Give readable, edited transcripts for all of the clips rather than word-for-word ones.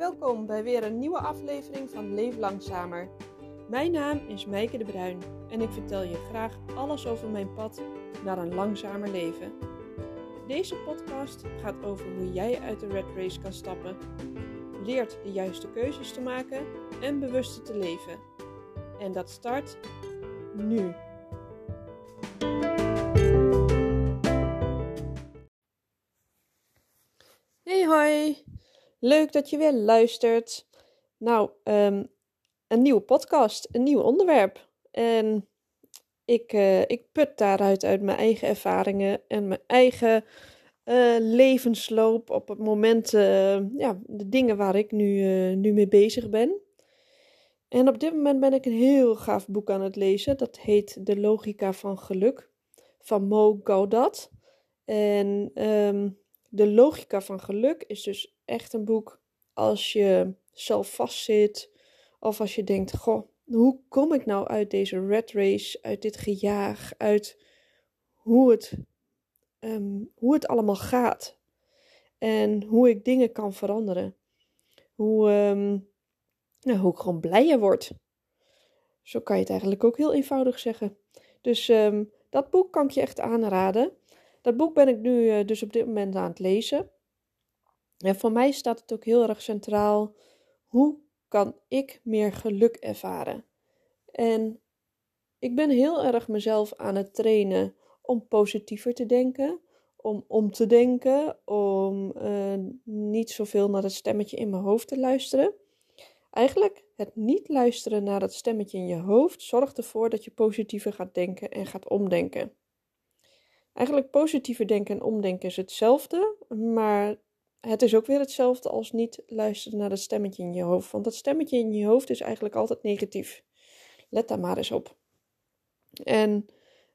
Welkom bij weer een nieuwe aflevering van Leef Langzamer. Mijn naam is Meike de Bruin en ik vertel je graag alles over mijn pad naar een langzamer leven. Deze podcast gaat over hoe jij uit de rat race kan stappen, leert de juiste keuzes te maken en bewuster te leven. En dat start nu. Hey hoi! Leuk dat je weer luistert. Nou, een nieuwe podcast, een nieuw onderwerp. En ik put daaruit uit mijn eigen ervaringen en mijn eigen levensloop op het moment, de dingen waar ik nu mee bezig ben. En op dit moment ben ik een heel gaaf boek aan het lezen. Dat heet De Logica van Geluk van Mo Gaudat. En De Logica van Geluk is dus echt een boek als je zelf vastzit of als je denkt, goh, hoe kom ik nou uit deze rat race, uit dit gejaag, uit hoe het allemaal gaat en hoe ik dingen kan veranderen. Hoe ik gewoon blijer word. Zo kan je het eigenlijk ook heel eenvoudig zeggen. Dus dat boek kan ik je echt aanraden. Dat boek ben ik nu dus op dit moment aan het lezen. En voor mij staat het ook heel erg centraal. Hoe kan ik meer geluk ervaren? En ik ben heel erg mezelf aan het trainen om positiever te denken. Om te denken. Om niet zoveel naar het stemmetje in mijn hoofd te luisteren. Eigenlijk het niet luisteren naar dat stemmetje in je hoofd zorgt ervoor dat je positiever gaat denken en gaat omdenken. Eigenlijk positiever denken en omdenken is hetzelfde, maar het is ook weer hetzelfde als niet luisteren naar dat stemmetje in je hoofd. Want dat stemmetje in je hoofd is eigenlijk altijd negatief. Let daar maar eens op. En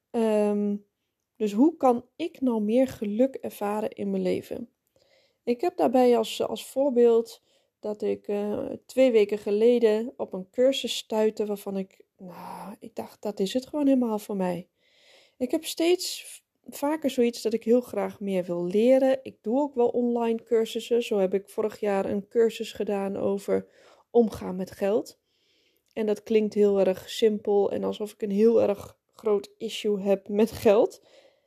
dus hoe kan ik nou meer geluk ervaren in mijn leven? Ik heb daarbij als voorbeeld dat ik 2 weken geleden op een cursus stuitte waarvan ik dacht, dat is het gewoon helemaal voor mij. Ik heb steeds vaker zoiets dat ik heel graag meer wil leren. Ik doe ook wel online cursussen. Zo heb ik vorig jaar een cursus gedaan over omgaan met geld. En dat klinkt heel erg simpel en alsof ik een heel erg groot issue heb met geld.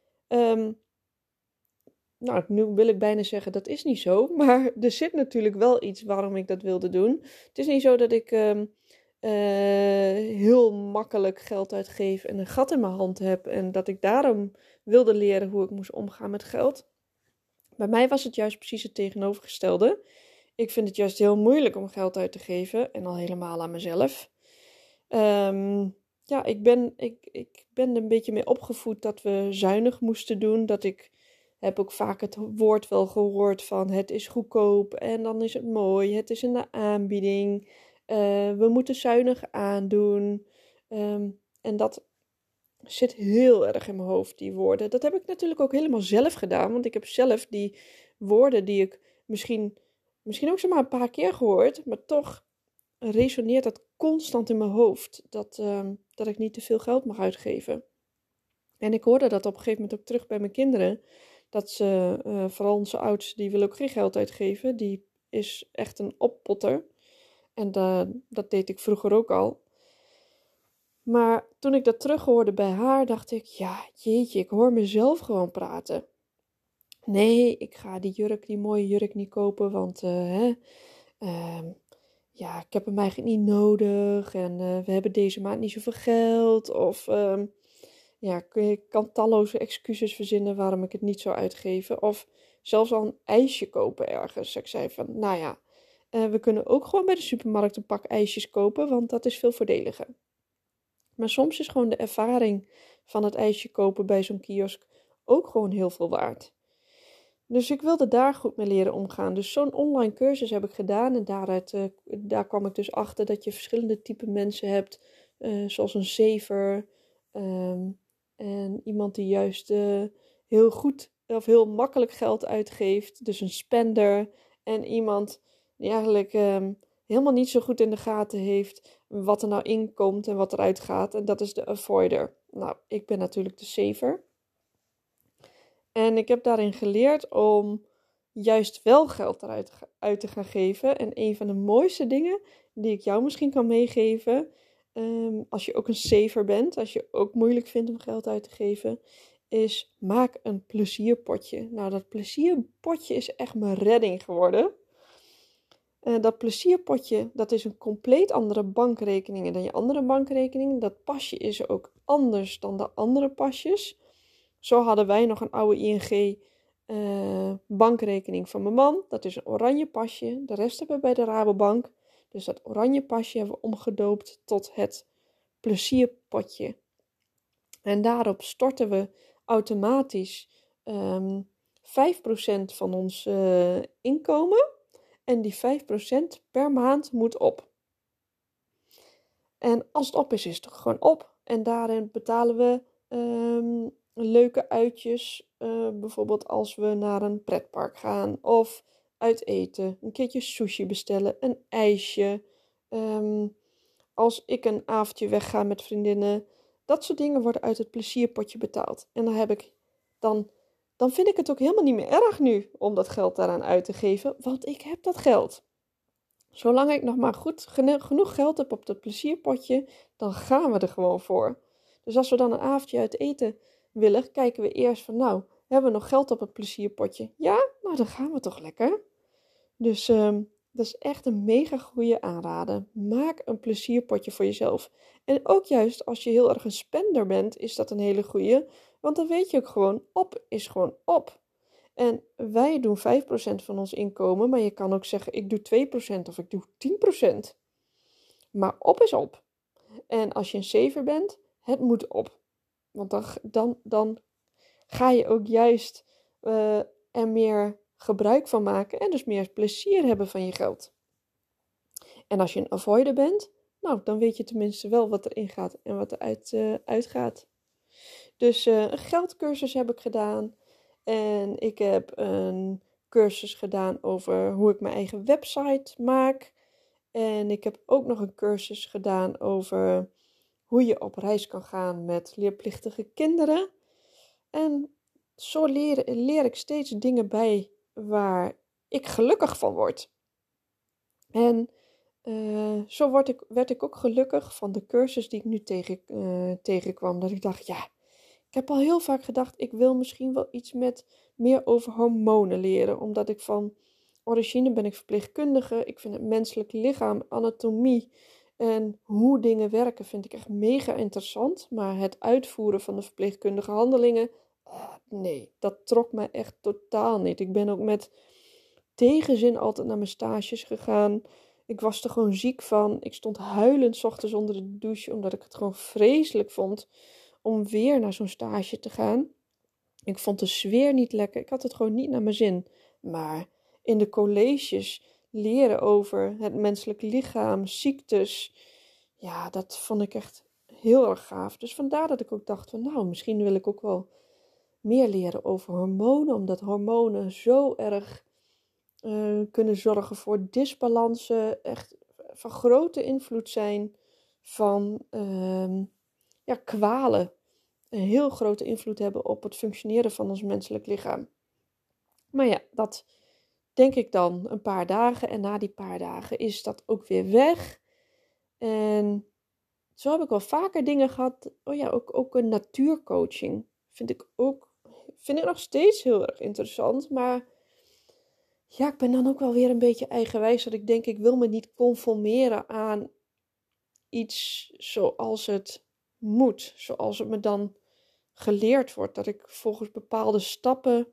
Nu wil ik bijna zeggen, dat is niet zo. Maar er zit natuurlijk wel iets waarom ik dat wilde doen. Het is niet zo dat ik heel makkelijk geld uitgeef en een gat in mijn hand heb. En dat ik daarom wilde leren hoe ik moest omgaan met geld. Bij mij was het juist precies het tegenovergestelde. Ik vind het juist heel moeilijk om geld uit te geven. En al helemaal aan mezelf. Ik ben er een beetje mee opgevoed dat we zuinig moesten doen. Dat ik heb ook vaak het woord wel gehoord van het is goedkoop en dan is het mooi. Het is in de aanbieding. We moeten zuinig aandoen. En dat zit heel erg in mijn hoofd, die woorden. Dat heb ik natuurlijk ook helemaal zelf gedaan. Want ik heb zelf die woorden die ik misschien ook zomaar een paar keer gehoord. Maar toch resoneert dat constant in mijn hoofd. Dat ik niet te veel geld mag uitgeven. En ik hoorde dat op een gegeven moment ook terug bij mijn kinderen. Dat ze, vooral onze oudste, die wil ook geen geld uitgeven. Die is echt een oppotter. En dat deed ik vroeger ook al. Maar toen ik dat terughoorde bij haar, dacht ik, ja, jeetje, ik hoor mezelf gewoon praten. Nee, ik ga die mooie jurk niet kopen, want ik heb hem eigenlijk niet nodig. En we hebben deze maand niet zoveel geld. Of ik kan talloze excuses verzinnen waarom ik het niet zou uitgeven. Of zelfs al een ijsje kopen ergens. Ik zei van, we kunnen ook gewoon bij de supermarkt een pak ijsjes kopen, want dat is veel voordeliger. Maar soms is gewoon de ervaring van het ijsje kopen bij zo'n kiosk ook gewoon heel veel waard. Dus ik wilde daar goed mee leren omgaan. Dus zo'n online cursus heb ik gedaan. En daar kwam ik dus achter dat je verschillende type mensen hebt. Zoals een saver. En iemand die juist heel goed of heel makkelijk geld uitgeeft. Dus een spender. En iemand die eigenlijk helemaal niet zo goed in de gaten heeft wat er nou inkomt en wat eruit gaat. En dat is de avoider. Nou, ik ben natuurlijk de saver. En ik heb daarin geleerd om juist wel geld eruit uit te gaan geven. En een van de mooiste dingen die ik jou misschien kan meegeven, als je ook een saver bent, als je ook moeilijk vindt om geld uit te geven, is maak een plezierpotje. Nou, dat plezierpotje is echt mijn redding geworden. Dat plezierpotje, dat is een compleet andere bankrekening dan je andere bankrekening. Dat pasje is ook anders dan de andere pasjes. Zo hadden wij nog een oude ING bankrekening van mijn man. Dat is een oranje pasje. De rest hebben we bij de Rabobank. Dus dat oranje pasje hebben we omgedoopt tot het plezierpotje. En daarop storten we automatisch 5% van ons inkomen. En die 5% per maand moet op. En als het op is, is het gewoon op. En daarin betalen we leuke uitjes. Bijvoorbeeld als we naar een pretpark gaan. Of uit eten. Een keertje sushi bestellen. Een ijsje. Als ik een avondje wegga met vriendinnen. Dat soort dingen worden uit het plezierpotje betaald. En dan vind ik het ook helemaal niet meer erg nu om dat geld daaraan uit te geven. Want ik heb dat geld. Zolang ik nog maar genoeg geld heb op dat plezierpotje, dan gaan we er gewoon voor. Dus als we dan een avondje uit eten willen, kijken we eerst van hebben we nog geld op het plezierpotje? Ja? Nou, dan gaan we toch lekker. Dus dat is echt een mega goede aanrader. Maak een plezierpotje voor jezelf. En ook juist als je heel erg een spender bent, is dat een hele goede. Want dan weet je ook gewoon, op is gewoon op. En wij doen 5% van ons inkomen, maar je kan ook zeggen, ik doe 2% of ik doe 10%. Maar op is op. En als je een saver bent, het moet op. Want dan ga je ook juist er meer gebruik van maken en dus meer plezier hebben van je geld. En als je een avoider bent, dan weet je tenminste wel wat erin gaat en wat eruit uitgaat. Dus een geldcursus heb ik gedaan. En ik heb een cursus gedaan over hoe ik mijn eigen website maak. En ik heb ook nog een cursus gedaan over hoe je op reis kan gaan met leerplichtige kinderen. En zo leer ik steeds dingen bij waar ik gelukkig van word. En zo werd ik ook gelukkig van de cursus die ik nu tegenkwam. Dat ik dacht, ik heb al heel vaak gedacht, ik wil misschien wel iets meer over hormonen leren. Omdat ik van origine ben ik verpleegkundige. Ik vind het menselijk lichaam, anatomie en hoe dingen werken vind ik echt mega interessant. Maar het uitvoeren van de verpleegkundige handelingen, nee, dat trok me echt totaal niet. Ik ben ook met tegenzin altijd naar mijn stages gegaan. Ik was er gewoon ziek van. Ik stond huilend 's ochtends onder de douche, omdat ik het gewoon vreselijk vond om weer naar zo'n stage te gaan. Ik vond de sfeer niet lekker. Ik had het gewoon niet naar mijn zin. Maar in de colleges leren over het menselijk lichaam, ziektes. Ja, dat vond ik echt heel erg gaaf. Dus vandaar dat ik ook dacht van misschien wil ik ook wel meer leren over hormonen. Omdat hormonen zo erg kunnen zorgen voor disbalansen. Echt van grote invloed zijn van kwalen. Een heel grote invloed hebben op het functioneren van ons menselijk lichaam. Maar ja, dat denk ik dan een paar dagen. En na die paar dagen is dat ook weer weg. En zo heb ik wel vaker dingen gehad. Ook een natuurcoaching. Vind ik nog steeds heel erg interessant. Maar ik ben dan ook wel weer een beetje eigenwijs. Dat ik denk, ik wil me niet conformeren aan iets zoals het moet. Zoals het me dan geleerd wordt. Dat ik volgens bepaalde stappen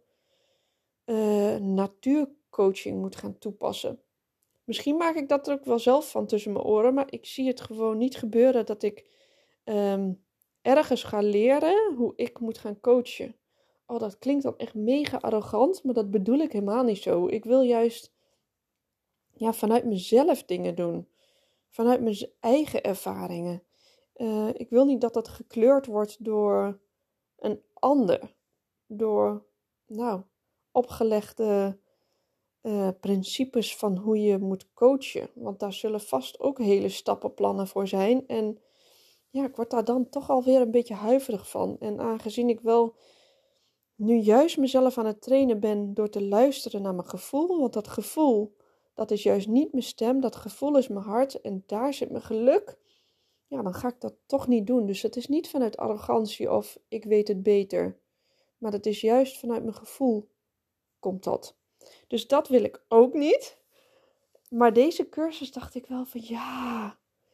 natuurcoaching moet gaan toepassen. Misschien maak ik dat er ook wel zelf van tussen mijn oren. Maar ik zie het gewoon niet gebeuren dat ik ergens ga leren hoe ik moet gaan coachen. Oh, dat klinkt dan echt mega arrogant. Maar dat bedoel ik helemaal niet zo. Ik wil juist vanuit mezelf dingen doen. Vanuit mijn eigen ervaringen. Ik wil niet dat dat gekleurd wordt door een ander. Door, opgelegde principes van hoe je moet coachen. Want daar zullen vast ook hele stappenplannen voor zijn. En ik word daar dan toch alweer een beetje huiverig van. En aangezien ik wel nu juist mezelf aan het trainen ben door te luisteren naar mijn gevoel. Want dat gevoel, dat is juist niet mijn stem. Dat gevoel is mijn hart en daar zit mijn geluk. Ja, dan ga ik dat toch niet doen. Dus het is niet vanuit arrogantie of ik weet het beter. Maar dat is juist vanuit mijn gevoel komt dat. Dus dat wil ik ook niet. Maar deze cursus dacht ik wel van ja.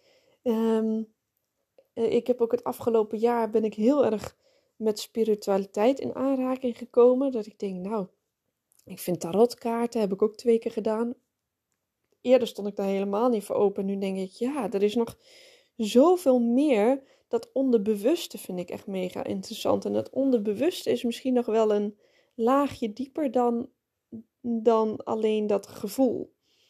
Ik heb ook het afgelopen jaar ben ik heel erg met spiritualiteit in aanraking gekomen. Dat ik denk, nou, ik vind tarotkaarten, heb ik ook 2 keer gedaan. Eerder stond ik daar helemaal niet voor open. Nu denk ik, ja, er is nog zoveel meer. Dat onderbewuste vind ik echt mega interessant. En dat onderbewuste is misschien nog wel een laagje dieper dan alleen dat gevoel.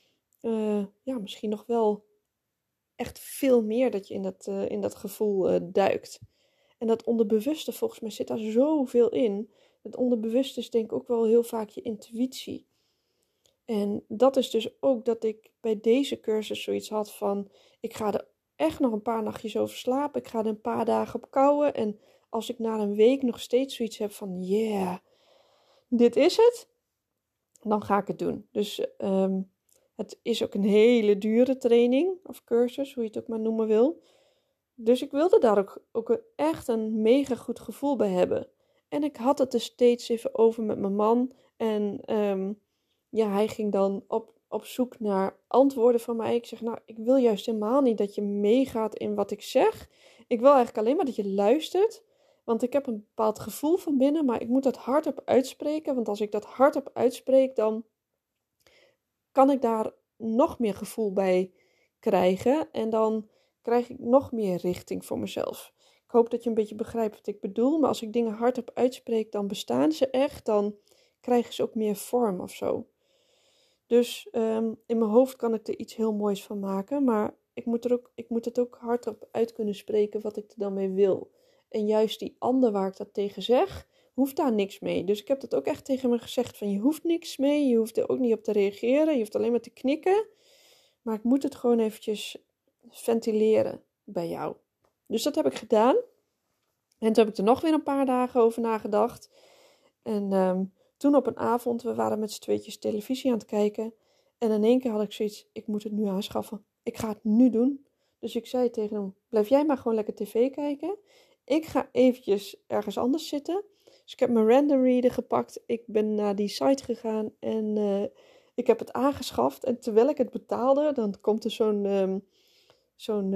Ja, misschien nog wel echt veel meer dat je in dat gevoel duikt. En dat onderbewuste, volgens mij zit daar zoveel in. Het onderbewuste is denk ik ook wel heel vaak je intuïtie. En dat is dus ook dat ik bij deze cursus zoiets had van, ik ga er echt nog een paar nachtjes over slapen. Ik ga er een paar dagen op kouwen. En als ik na een week nog steeds zoiets heb van, yeah, dit is het, dan ga ik het doen. Dus het is ook een hele dure training of cursus, hoe je het ook maar noemen wil. Dus ik wilde daar ook echt een mega goed gevoel bij hebben. En ik had het er steeds even over met mijn man. En ja, hij ging dan op zoek naar antwoorden van mij. Ik zeg, nou, ik wil juist helemaal niet dat je meegaat in wat ik zeg. Ik wil eigenlijk alleen maar dat je luistert. Want ik heb een bepaald gevoel van binnen, maar ik moet dat hardop uitspreken. Want als ik dat hardop uitspreek, dan kan ik daar nog meer gevoel bij krijgen. En dan krijg ik nog meer richting voor mezelf. Ik hoop dat je een beetje begrijpt wat ik bedoel. Maar als ik dingen hardop uitspreek, dan bestaan ze echt. Dan krijgen ze ook meer vorm of zo. Dus in mijn hoofd kan ik er iets heel moois van maken. Maar ik moet het ook hardop uit kunnen spreken wat ik er dan mee wil. En juist die ander waar ik dat tegen zeg, hoeft daar niks mee. Dus ik heb dat ook echt tegen me gezegd van je hoeft niks mee. Je hoeft er ook niet op te reageren. Je hoeft alleen maar te knikken. Maar ik moet het gewoon eventjes ventileren bij jou. Dus dat heb ik gedaan. En toen heb ik er nog weer een paar dagen over nagedacht. En toen op een avond, we waren met z'n tweetjes televisie aan het kijken. En in één keer had ik zoiets, ik moet het nu aanschaffen. Ik ga het nu doen. Dus ik zei tegen hem, blijf jij maar gewoon lekker tv kijken. Ik ga eventjes ergens anders zitten. Dus ik heb mijn random reader gepakt. Ik ben naar die site gegaan en ik heb het aangeschaft. En terwijl ik het betaalde, dan komt er zo'n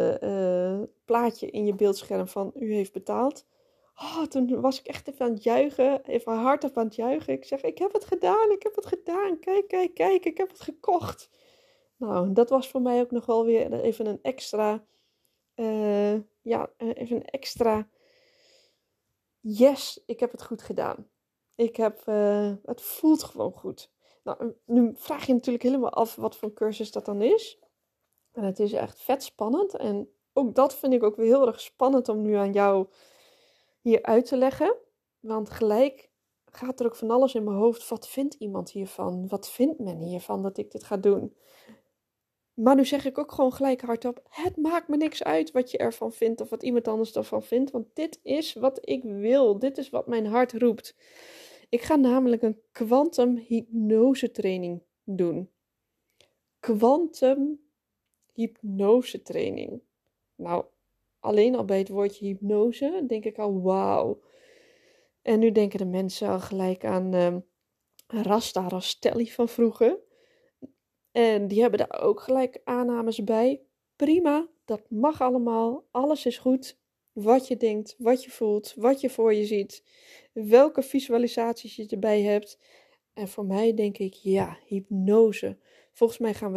plaatje in je beeldscherm van u heeft betaald. Oh, toen was ik echt even aan het juichen, even hardop aan het juichen. Ik zeg, ik heb het gedaan, ik heb het gedaan. Kijk, kijk, kijk, ik heb het gekocht. Nou, dat was voor mij ook nog wel weer even een extra, even een extra, yes, ik heb het goed gedaan. Het voelt gewoon goed. Nou, nu vraag je natuurlijk helemaal af wat voor cursus dat dan is. En het is echt vet spannend. En ook dat vind ik ook weer heel erg spannend om nu aan jou hier uit te leggen. Want gelijk gaat er ook van alles in mijn hoofd. Wat vindt iemand hiervan? Wat vindt men hiervan dat ik dit ga doen? Maar nu zeg ik ook gewoon gelijk hardop. Het maakt me niks uit wat je ervan vindt. Of wat iemand anders ervan vindt. Want dit is wat ik wil. Dit is wat mijn hart roept. Ik ga namelijk een quantum hypnose training doen. Quantum hypnose training. Nou, alleen al bij het woordje hypnose denk ik al wauw. En nu denken de mensen al gelijk aan Rasta Rastelli van vroeger. En die hebben daar ook gelijk aannames bij. Prima, dat mag allemaal. Alles is goed. Wat je denkt, wat je voelt, wat je voor je ziet. Welke visualisaties je erbij hebt. En voor mij denk ik, ja, hypnose. Volgens mij ga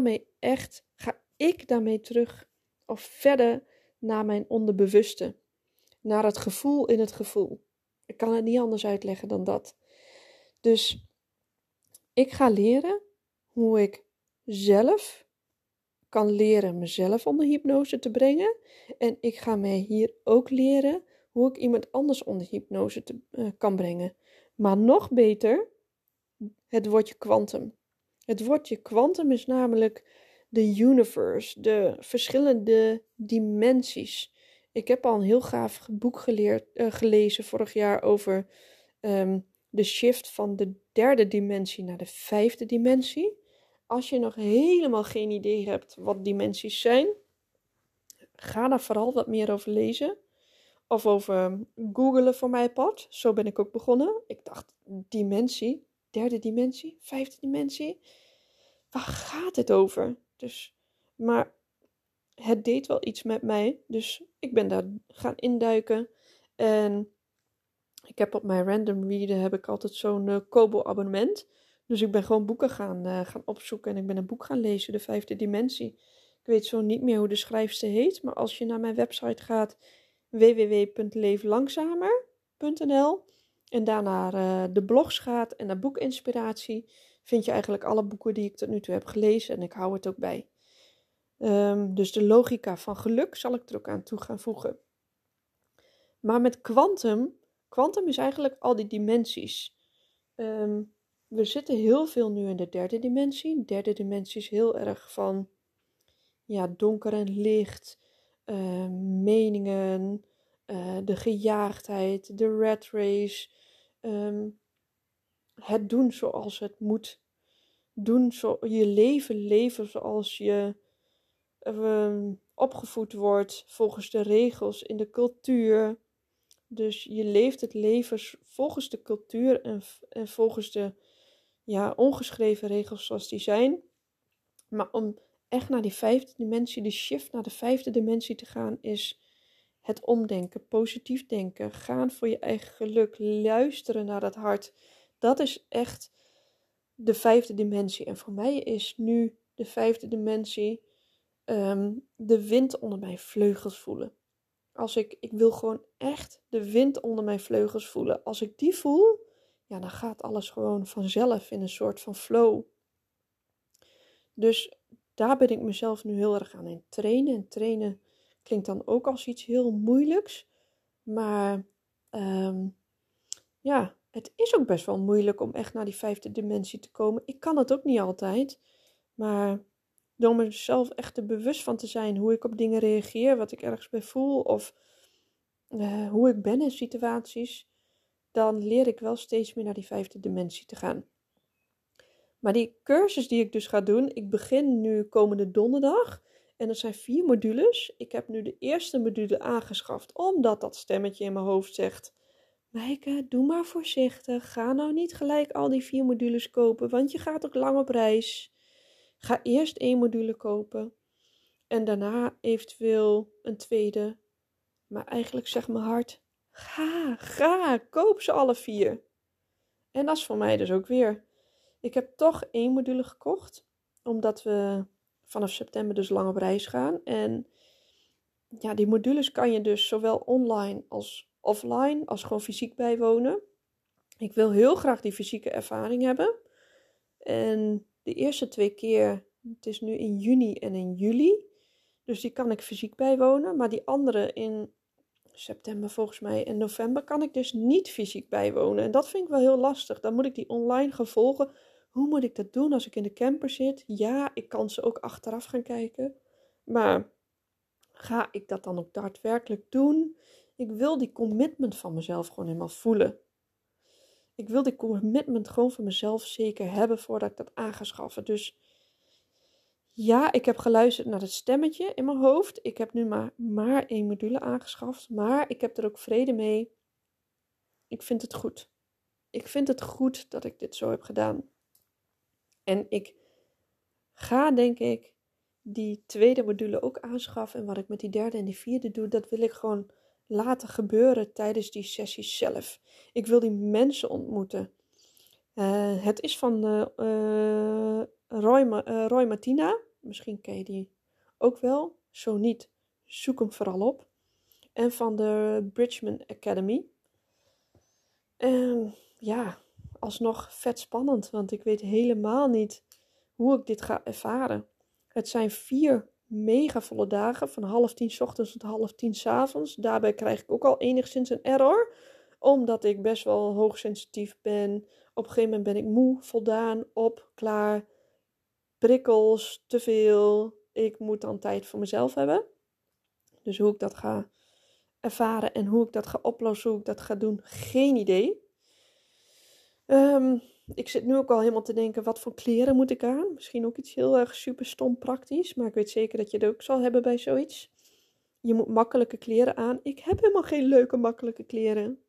ik daarmee terug of verder naar mijn onderbewuste. Naar het gevoel in het gevoel. Ik kan het niet anders uitleggen dan dat. Dus ik ga leren hoe ik zelf kan leren mezelf onder hypnose te brengen. En ik ga mij hier ook leren hoe ik iemand anders onder hypnose kan brengen. Maar nog beter, het woordje quantum. Het woordje quantum is namelijk de universe, de verschillende dimensies. Ik heb al een heel gaaf boek gelezen vorig jaar over de shift van de 3e dimensie naar de 5e dimensie. Als je nog helemaal geen idee hebt wat dimensies zijn, ga daar vooral wat meer over lezen. Of over googelen voor mijn pad. Zo ben ik ook begonnen. Ik dacht, dimensie, 3e dimensie, 5e dimensie. Waar gaat het over? Maar het deed wel iets met mij. Dus ik ben daar gaan induiken. En ik heb op mijn Random Reader heb ik altijd zo'n Kobo abonnement. Dus ik ben gewoon boeken gaan opzoeken. En ik ben een boek gaan lezen, de 5e dimensie. Ik weet zo niet meer hoe de schrijfster heet. Maar als je naar mijn website gaat, www.leeflangzamer.nl en daarna de blogs gaat en naar boekinspiratie, vind je eigenlijk alle boeken die ik tot nu toe heb gelezen. En ik hou het ook bij. Dus de logica van geluk zal ik er ook aan toe gaan voegen. Maar met quantum is eigenlijk al die dimensies. We zitten heel veel nu in de 3e dimensie. De 3e dimensie is heel erg van donker en licht, meningen, de gejaagdheid, de rat race, het doen zoals het moet, je leven zoals je opgevoed wordt volgens de regels in de cultuur. Dus je leeft het leven volgens de cultuur en volgens de ongeschreven regels zoals die zijn. Maar om echt naar die 5e dimensie, de shift naar de 5e dimensie te gaan, is het omdenken, positief denken, gaan voor je eigen geluk, luisteren naar dat hart. Dat is echt de 5e dimensie. En voor mij is nu de 5e dimensie de wind onder mijn vleugels voelen. Ik wil gewoon echt de wind onder mijn vleugels voelen. Als ik die voel, dan gaat alles gewoon vanzelf in een soort van flow. Dus daar ben ik mezelf nu heel erg aan in trainen. En trainen klinkt dan ook als iets heel moeilijks. Maar het is ook best wel moeilijk om echt naar die 5e dimensie te komen. Ik kan het ook niet altijd. Maar door mezelf echt er bewust van te zijn hoe ik op dingen reageer, wat ik ergens bij voel of hoe ik ben in situaties, dan leer ik wel steeds meer naar die 5e dimensie te gaan. Maar die cursus die ik dus ga doen, ik begin nu komende donderdag. En dat zijn 4 modules. Ik heb nu de eerste module aangeschaft, omdat dat stemmetje in mijn hoofd zegt: Maaike, doe maar voorzichtig. Ga nou niet gelijk al die 4 modules kopen, want je gaat ook lang op reis. Ga eerst 1 module kopen. En daarna eventueel een tweede. Maar eigenlijk zegt mijn hart: koop ze alle 4. En dat is voor mij dus ook weer. Ik heb toch 1 module gekocht, omdat we vanaf september dus lang op reis gaan. En die modules kan je dus zowel online als offline, als gewoon fysiek bijwonen. Ik wil heel graag die fysieke ervaring hebben. En de eerste 2 keer, het is nu in juni en in juli, dus die kan ik fysiek bijwonen. Maar die andere in september volgens mij en november kan ik dus niet fysiek bijwonen. En dat vind ik wel heel lastig. Dan moet ik die online gaan volgen. Hoe moet ik dat doen als ik in de camper zit? Ja, ik kan ze ook achteraf gaan kijken. Maar ga ik dat dan ook daadwerkelijk doen? Ik wil die commitment van mezelf gewoon helemaal voelen. Ik wil die commitment gewoon van mezelf zeker hebben voordat ik dat aan ga schaffen. Dus ja, ik heb geluisterd naar het stemmetje in mijn hoofd. Ik heb nu maar 1 module aangeschaft. Maar ik heb er ook vrede mee. Ik vind het goed. Ik vind het goed dat ik dit zo heb gedaan. En ik ga, denk ik, die 2e module ook aanschaffen. En wat ik met die 3e en die 4e doe, dat wil ik gewoon laten gebeuren tijdens die sessies zelf. Ik wil die mensen ontmoeten. Het is van Roy Martina. Misschien ken je die ook wel. Zo niet, zoek hem vooral op. En van de Bridgman Academy. En alsnog vet spannend. Want ik weet helemaal niet hoe ik dit ga ervaren. Het zijn 4 mega volle dagen. Van 9:30 ochtends tot 9:30 's avonds. Daarbij krijg ik ook al enigszins een error. Omdat ik best wel hoogsensitief ben. Op een gegeven moment ben ik moe, voldaan, op, klaar. Prikkels, te veel. Ik moet dan tijd voor mezelf hebben. Dus hoe ik dat ga ervaren en hoe ik dat ga oplossen, hoe ik dat ga doen, geen idee. Ik zit nu ook al helemaal te denken, wat voor kleren moet ik aan? Misschien ook iets heel erg super stom praktisch, maar ik weet zeker dat je het ook zal hebben bij zoiets. Je moet makkelijke kleren aan. Ik heb helemaal geen leuke makkelijke kleren.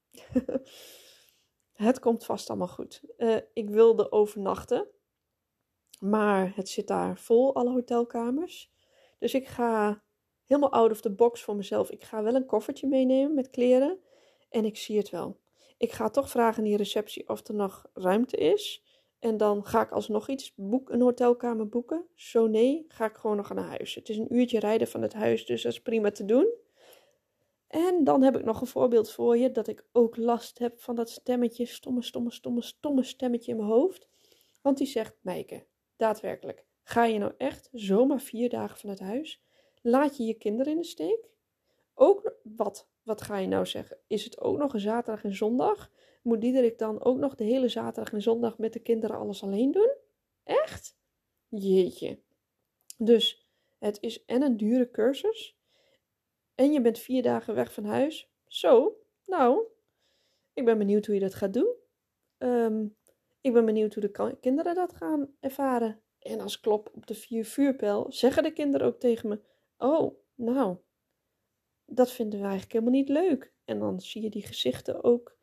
Het komt vast allemaal goed. Ik wilde overnachten, maar het zit daar vol, alle hotelkamers. Dus ik ga helemaal out of the box voor mezelf. Ik ga wel een koffertje meenemen met kleren en ik zie het wel. Ik ga toch vragen aan die receptie of er nog ruimte is. En dan ga ik alsnog een hotelkamer boeken. Zo nee, ga ik gewoon nog naar huis. Het is een uurtje rijden van het huis, dus dat is prima te doen. En dan heb ik nog een voorbeeld voor je, dat ik ook last heb van dat stemmetje, stomme stemmetje in mijn hoofd. Want die zegt, Meike, daadwerkelijk, ga je nou echt zomaar 4 dagen van het huis? Laat je je kinderen in de steek? Ook, wat ga je nou zeggen? Is het ook nog een zaterdag en zondag? Moet Diederik dan ook nog de hele zaterdag en zondag met de kinderen alles alleen doen? Echt? Jeetje. Dus het is en een dure cursus. En je bent 4 dagen weg van huis. Zo, nou, ik ben benieuwd hoe je dat gaat doen. Ik ben benieuwd hoe de kinderen dat gaan ervaren. En als klop op de vuurpijl zeggen de kinderen ook tegen me, oh, nou, dat vinden we eigenlijk helemaal niet leuk. En dan zie je die gezichten ook.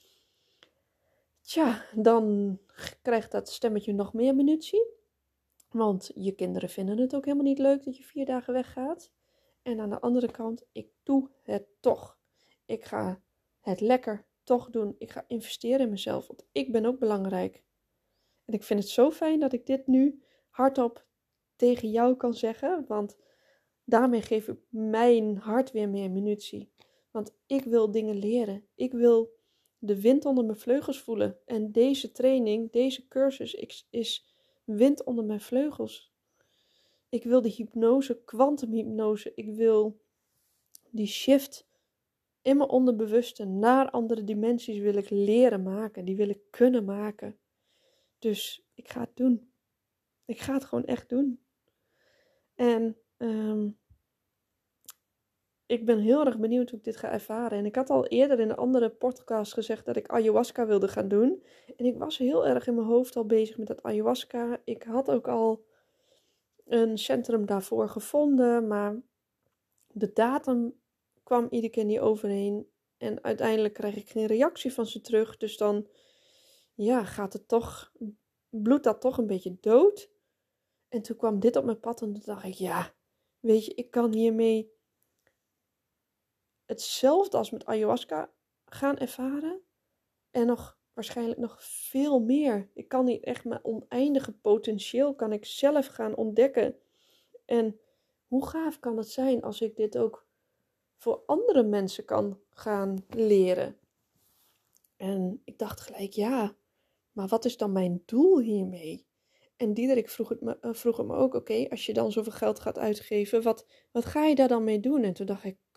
Tja, dan krijgt dat stemmetje nog meer munitie. Want je kinderen vinden het ook helemaal niet leuk dat je 4 dagen weggaat. En aan de andere kant, ik doe het toch. Ik ga het lekker toch doen. Ik ga investeren in mezelf, want ik ben ook belangrijk. En ik vind het zo fijn dat ik dit nu hardop tegen jou kan zeggen, want daarmee geef ik mijn hart weer meer munitie. Want ik wil dingen leren. Ik wil de wind onder mijn vleugels voelen. En deze training, deze cursus is wind onder mijn vleugels. Ik wil de hypnose, kwantumhypnose. Ik wil die shift in mijn onderbewuste naar andere dimensies wil ik leren maken. Die wil ik kunnen maken. Dus ik ga het doen. Ik ga het gewoon echt doen. En ik ben heel erg benieuwd hoe ik dit ga ervaren. En ik had al eerder in een andere podcast gezegd dat ik ayahuasca wilde gaan doen. En ik was heel erg in mijn hoofd al bezig met dat ayahuasca. Ik had ook al een centrum daarvoor gevonden, maar de datum kwam iedere keer niet overheen. En uiteindelijk krijg ik geen reactie van ze terug. Dus dan, gaat het toch, bloedt dat toch een beetje dood. En toen kwam dit op mijn pad en toen dacht ik, weet je, ik kan hiermee hetzelfde als met ayahuasca gaan ervaren. En waarschijnlijk nog veel meer. Ik kan hier echt mijn oneindige potentieel kan ik zelf gaan ontdekken. En hoe gaaf kan het zijn als ik dit ook voor andere mensen kan gaan leren? En ik dacht gelijk, maar wat is dan mijn doel hiermee? En Diederik vroeg het me ook, oké, als je dan zoveel geld gaat uitgeven, wat ga je daar dan mee doen? En toen dacht ik,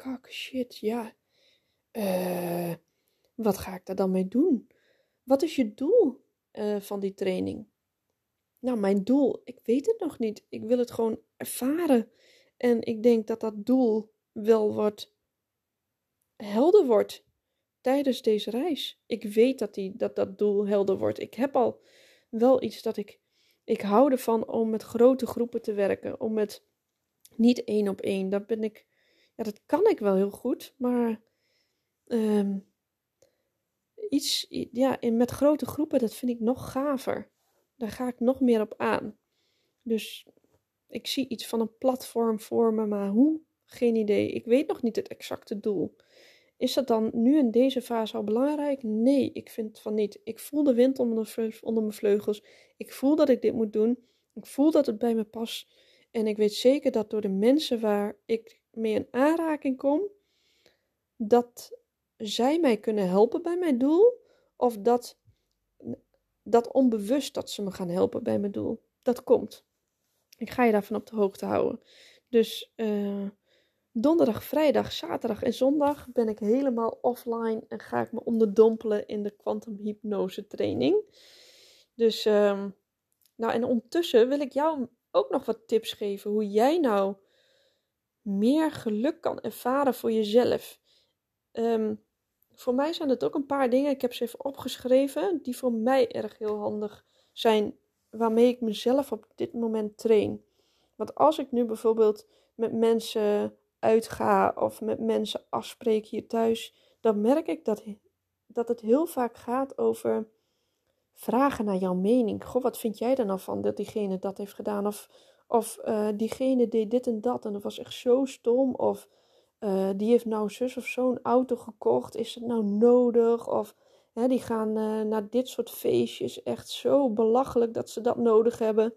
wat ga ik daar dan mee doen? Wat is je doel van die training? Nou, mijn doel, ik weet het nog niet. Ik wil het gewoon ervaren. En ik denk dat dat doel wel helder wordt tijdens deze reis. Ik weet dat doel helder wordt. Ik heb al wel iets dat ik hou ervan om met grote groepen te werken. Om met niet 1 op 1. Dat kan ik wel heel goed. Maar met grote groepen, dat vind ik nog gaver. Daar ga ik nog meer op aan. Dus ik zie iets van een platform voor me, maar hoe? Geen idee. Ik weet nog niet het exacte doel. Is dat dan nu in deze fase al belangrijk? Nee, ik vind van niet. Ik voel de wind onder mijn vleugels. Ik voel dat ik dit moet doen. Ik voel dat het bij me past. En ik weet zeker dat door de mensen waar ik mee in aanraking kom, dat zij mij kunnen helpen bij mijn doel. Of dat onbewust dat ze me gaan helpen bij mijn doel. Dat komt. Ik ga je daarvan op de hoogte houden. Dus donderdag, vrijdag, zaterdag en zondag ben ik helemaal offline en ga ik me onderdompelen in de kwantumhypnose training. Dus, en ondertussen wil ik jou ook nog wat tips geven hoe jij nou meer geluk kan ervaren voor jezelf. voor mij zijn het ook een paar dingen, ik heb ze even opgeschreven, die voor mij erg heel handig zijn, waarmee ik mezelf op dit moment train. Want als ik nu bijvoorbeeld met mensen uitga of met mensen afspreek hier thuis, dan merk ik dat het heel vaak gaat over vragen naar jouw mening. Goh, wat vind jij er nou van dat diegene dat heeft gedaan? Of diegene deed dit en dat en dat was echt zo stom. Of die heeft nou zus of zo'n auto gekocht. Is het nou nodig? Of die gaan naar dit soort feestjes. Echt zo belachelijk dat ze dat nodig hebben.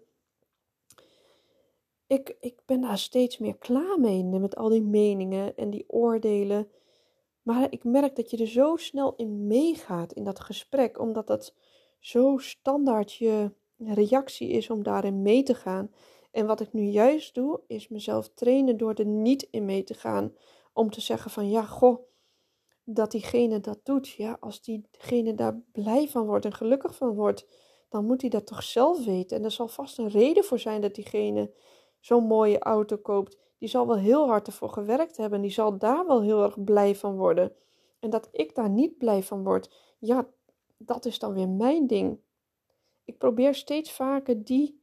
Ik ben daar steeds meer klaar mee met al die meningen en die oordelen. Maar ik merk dat je er zo snel in meegaat in dat gesprek, omdat dat zo standaard je reactie is om daarin mee te gaan. En wat ik nu juist doe, is mezelf trainen door er niet in mee te gaan. Om te zeggen van, ja, goh, dat diegene dat doet. Ja, als diegene daar blij van wordt en gelukkig van wordt, dan moet hij dat toch zelf weten. En er zal vast een reden voor zijn dat diegene zo'n mooie auto koopt. Die zal wel heel hard ervoor gewerkt hebben. En die zal daar wel heel erg blij van worden. En dat ik daar niet blij van word, ja, dat is dan weer mijn ding. Ik probeer steeds vaker die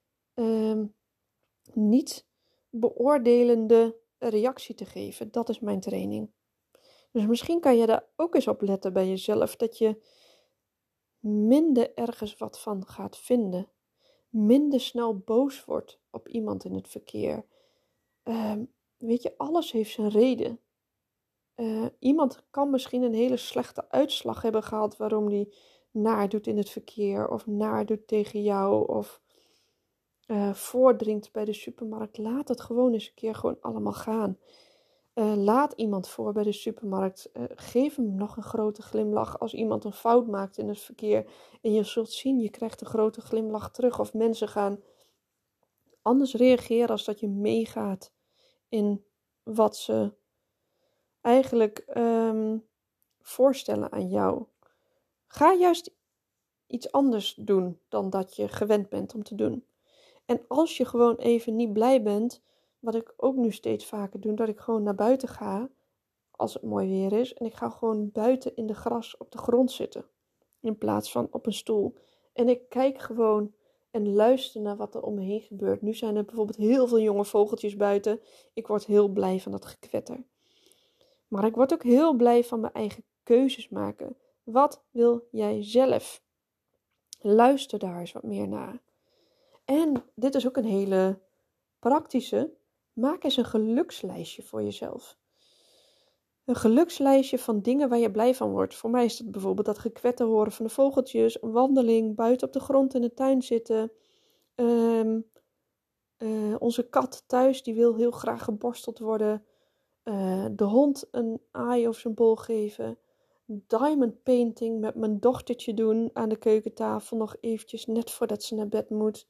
niet beoordelende reactie te geven. Dat is mijn training. Dus misschien kan je daar ook eens op letten bij jezelf. Dat je minder ergens wat van gaat vinden. Minder snel boos wordt op iemand in het verkeer. Weet je, alles heeft zijn reden. Iemand kan misschien een hele slechte uitslag hebben gehad waarom die naar doet in het verkeer. Of naar doet tegen jou. Of voordringt bij de supermarkt. Laat het gewoon eens een keer gewoon allemaal gaan. Laat iemand voor bij de supermarkt. Geef hem nog een grote glimlach als iemand een fout maakt in het verkeer. En je zult zien, je krijgt een grote glimlach terug. Of mensen gaan anders reageren als dat je meegaat in wat ze eigenlijk voorstellen aan jou. Ga juist iets anders doen dan dat je gewend bent om te doen. En als je gewoon even niet blij bent, wat ik ook nu steeds vaker doe, dat ik gewoon naar buiten ga, als het mooi weer is, en ik ga gewoon buiten in de gras op de grond zitten, in plaats van op een stoel. En ik kijk gewoon en luister naar wat er om me heen gebeurt. Nu zijn er bijvoorbeeld heel veel jonge vogeltjes buiten. Ik word heel blij van dat gekwetter. Maar ik word ook heel blij van mijn eigen keuzes maken. Wat wil jij zelf? Luister daar eens wat meer naar. En dit is ook een hele praktische. Maak eens een gelukslijstje voor jezelf. Een gelukslijstje van dingen waar je blij van wordt. Voor mij is dat bijvoorbeeld dat gekwetter horen van de vogeltjes, een wandeling, buiten op de grond in de tuin zitten. Onze kat thuis, die wil heel graag geborsteld worden. De hond een aai of zijn bol geven. Diamond painting met mijn dochtertje doen aan de keukentafel nog eventjes, net voordat ze naar bed moet.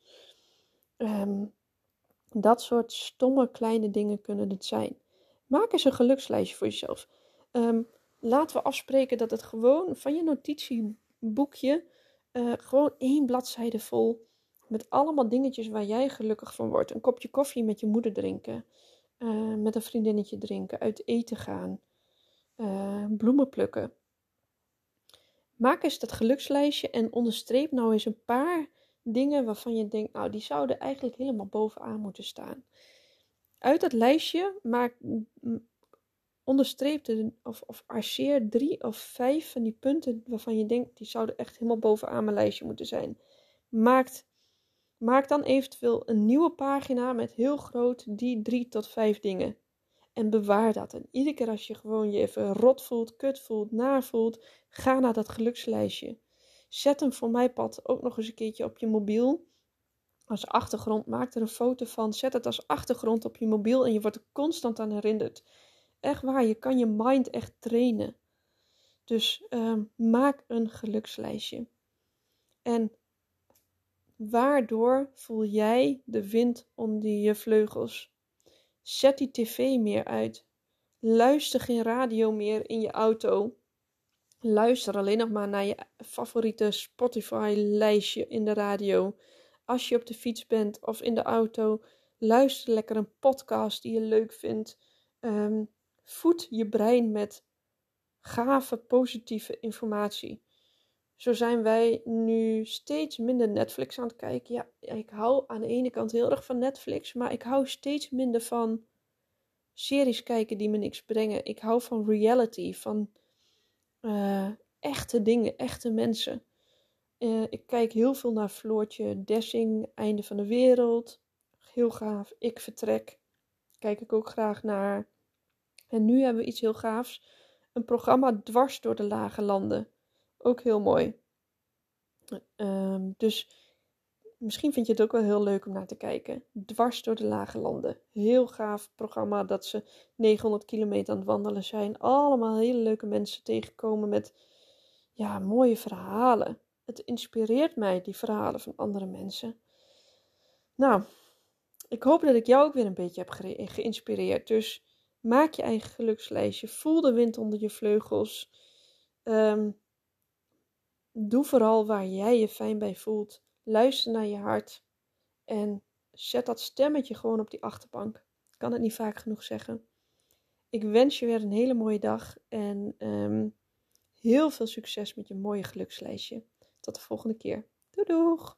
Dat soort stomme kleine dingen kunnen het zijn. Maak eens een gelukslijstje voor jezelf. Laten we afspreken dat het gewoon van je notitieboekje gewoon 1 bladzijde vol met allemaal dingetjes waar jij gelukkig van wordt. Een kopje koffie met je moeder drinken. Met een vriendinnetje drinken. Uit eten gaan. Bloemen plukken. Maak eens dat gelukslijstje en onderstreep nou eens een paar dingen waarvan je denkt, nou, die zouden eigenlijk helemaal bovenaan moeten staan. Uit dat lijstje onderstreep of arceer 3 of 5 van die punten waarvan je denkt, die zouden echt helemaal bovenaan mijn lijstje moeten zijn. Maak dan eventueel een nieuwe pagina met heel groot die 3 tot 5 dingen. En bewaar dat. En iedere keer als je gewoon je even rot voelt, kut voelt, naar voelt, ga naar dat gelukslijstje. Zet hem voor mij pad ook nog eens een keertje op je mobiel. Als achtergrond, maak er een foto van. Zet het als achtergrond op je mobiel en je wordt er constant aan herinnerd. Echt waar, je kan je mind echt trainen. Dus maak een gelukslijstje. En waardoor voel jij de wind onder je vleugels? Zet die tv meer uit. Luister geen radio meer in je auto. Luister alleen nog maar naar je favoriete Spotify-lijstje in de radio. Als je op de fiets bent of in de auto, luister lekker een podcast die je leuk vindt. Voed je brein met gave, positieve informatie. Zo zijn wij nu steeds minder Netflix aan het kijken. Ja, ik hou aan de ene kant heel erg van Netflix, maar ik hou steeds minder van series kijken die me niks brengen. Ik hou van reality, van echte dingen, echte mensen. Ik kijk heel veel naar Floortje Dessing, Einde van de Wereld. Heel gaaf. Ik Vertrek. Kijk ik ook graag naar. En nu hebben we iets heel gaafs. Een programma dwars door de lage landen. Ook heel mooi. Dus misschien vind je het ook wel heel leuk om naar te kijken. Dwars door de lage landen. Heel gaaf programma dat ze 900 kilometer aan het wandelen zijn. Allemaal hele leuke mensen tegenkomen met mooie verhalen. Het inspireert mij, die verhalen van andere mensen. Nou, ik hoop dat ik jou ook weer een beetje heb geïnspireerd. Dus maak je eigen gelukslijstje. Voel de wind onder je vleugels. Doe vooral waar jij je fijn bij voelt. Luister naar je hart. En zet dat stemmetje gewoon op die achterbank. Ik kan het niet vaak genoeg zeggen. Ik wens je weer een hele mooie dag. En heel veel succes met je mooie gelukslijstje. Tot de volgende keer. Doei doeg!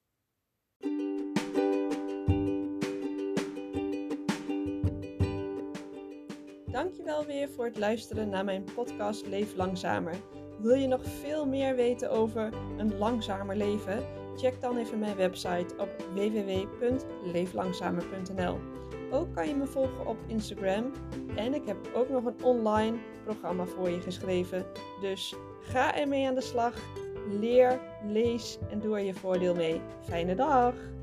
Dankjewel weer voor het luisteren naar mijn podcast Leef Langzamer. Wil je nog veel meer weten over een langzamer leven? Check dan even mijn website op www.leeflangzamer.nl. Ook kan je me volgen op Instagram. En ik heb ook nog een online programma voor je geschreven. Dus ga ermee aan de slag. Leer, lees en doe er je voordeel mee. Fijne dag!